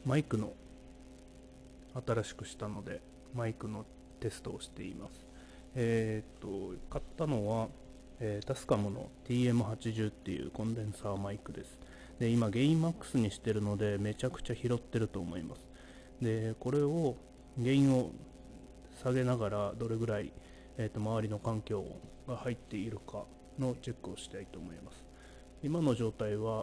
マイクの新しくしたのでマイクのテストをしています。買ったのは、タスカムの TM80 っていうコンデンサーマイクです。で今ゲインマックスにしてるのでめちゃくちゃ拾ってると思います。でこれをゲインを下げながらどれぐらい、周りの環境音が入っているかのチェックをしたいと思います。今の状態は、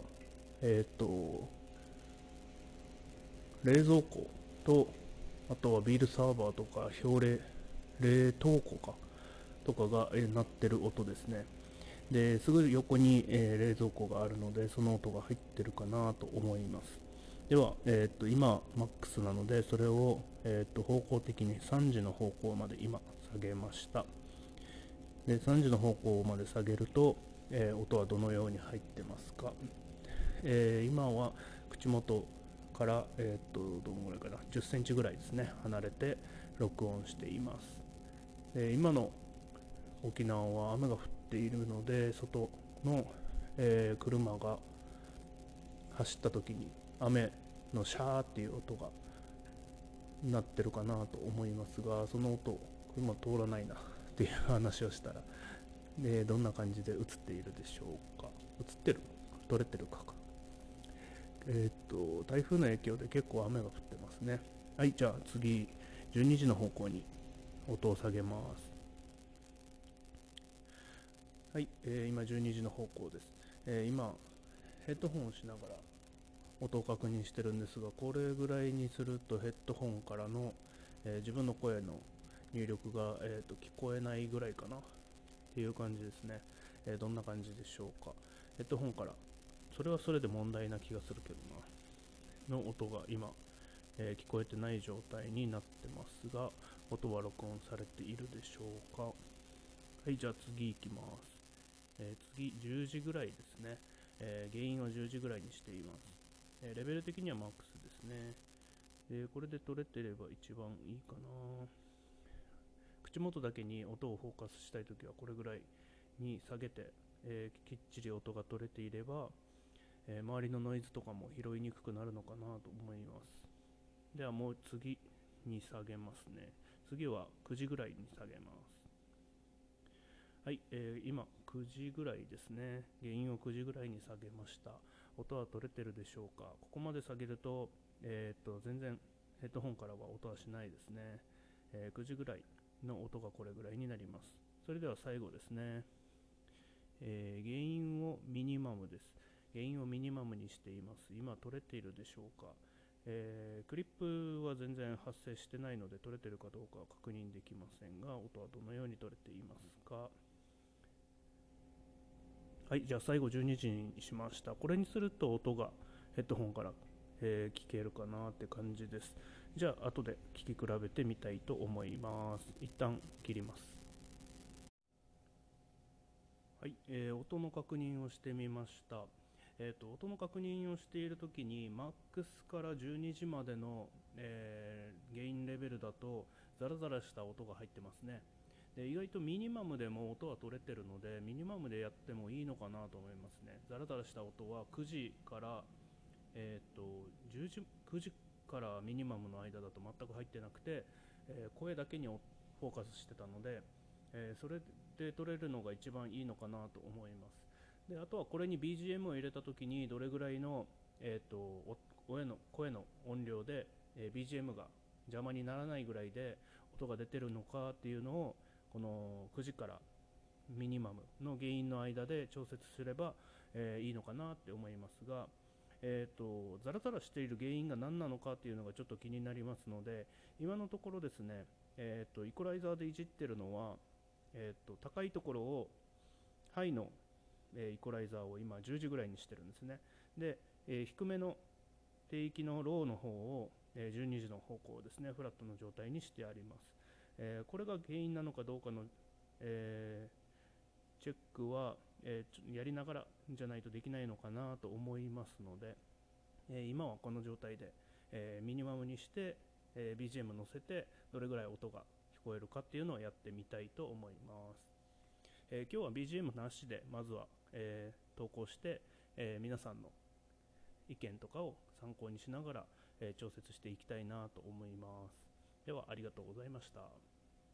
冷蔵庫とあとはビールサーバーとか冷凍庫とかが、鳴ってる音ですね。ですぐ横に、冷蔵庫があるのでその音が入ってるかなと思います。では、今マックスなのでそれを、方向的に3時の方向まで今下げました。で3時の方向まで下げると、音はどのように入ってますか。今は口元から、どのぐらいかな、10センチぐらいですね離れて録音しています。今の沖縄は雨が降っているので外の、車が走った時に雨のシャーっていう音が鳴ってるかなと思いますが、その音車通らないなっていう話をしたら、どんな感じで映っているでしょうか。映ってる、撮れてるか。台風の影響で結構雨が降ってますね。はい、じゃあ次12時の方向に音を下げます。はい、今12時の方向です。今ヘッドホンをしながら音を確認してるんですが、これぐらいにするとヘッドホンからの、自分の声の入力が、聞こえないぐらいかなっていう感じですね。どんな感じでしょうか。ヘッドホンからそれはそれで問題な気がするけどなの音が今、聞こえてない状態になってますが、音は録音されているでしょうか。はい、じゃあ次行きます。次10時ぐらいですね。原因は10時ぐらいにしています。レベル的にはマックスですね。これで取れてれば一番いいかな。口元だけに音をフォーカスしたいときはこれぐらいに下げて、きっちり音が取れていれば、周りのノイズとかも拾いにくくなるのかなと思います。ではもう次に下げますね。次は9時ぐらいに下げます。はい、今9時ぐらいですね。原因を9時ぐらいに下げました。音は取れてるでしょうか。ここまで下げると、全然ヘッドホンからは音はしないですね。9時ぐらいの音がこれぐらいになります。それでは最後ですね。原因をミニマムです。原因をミニマムにしています。今取れているでしょうか。クリップは全然発生してないので取れているかどうかは確認できませんが、音はどのように取れていますか。はい、じゃあ最後12時にしました。これにすると音がヘッドホンから、聞けるかなって感じです。じゃあ後で聞き比べてみたいと思います。一旦切ります。はい、音の確認をしてみました。音の確認をしているときにマックスから12時までの、ゲインレベルだとザラザラした音が入ってますね。で意外とミニマムでも音は取れてるのでミニマムでやってもいいのかなと思いますね。ザラザラした音は9時から、10時9時からミニマムの間だと全く入ってなくて、声だけにフォーカスしてたので、それで取れるのが一番いいのかなと思います。であとはこれに BGM を入れた時にどれぐらいの、声の音量で、BGM が邪魔にならないぐらいで音が出てるのかっていうのをこの9時からミニマムの原因の間で調節すれば、いいのかなって思いますが、ザラザラしている原因が何なのかっていうのがちょっと気になりますので、今のところですね、イコライザーでいじってるのは、高いところをハイの、イコライザーを今10時ぐらいにしてるんですね。で、低めの低域のローの方を、12時の方向ですね、フラットの状態にしてあります。これが原因なのかどうかの、チェックは、やりながらじゃないとできないのかなと思いますので、今はこの状態で、ミニマムにして、BGM 乗せてどれぐらい音が聞こえるかっていうのをやってみたいと思います。今日は BGM なしでまずは、投稿して、皆さんの、 意見とかを参考にしながら、調節していきたいなと思います。ではありがとうございました。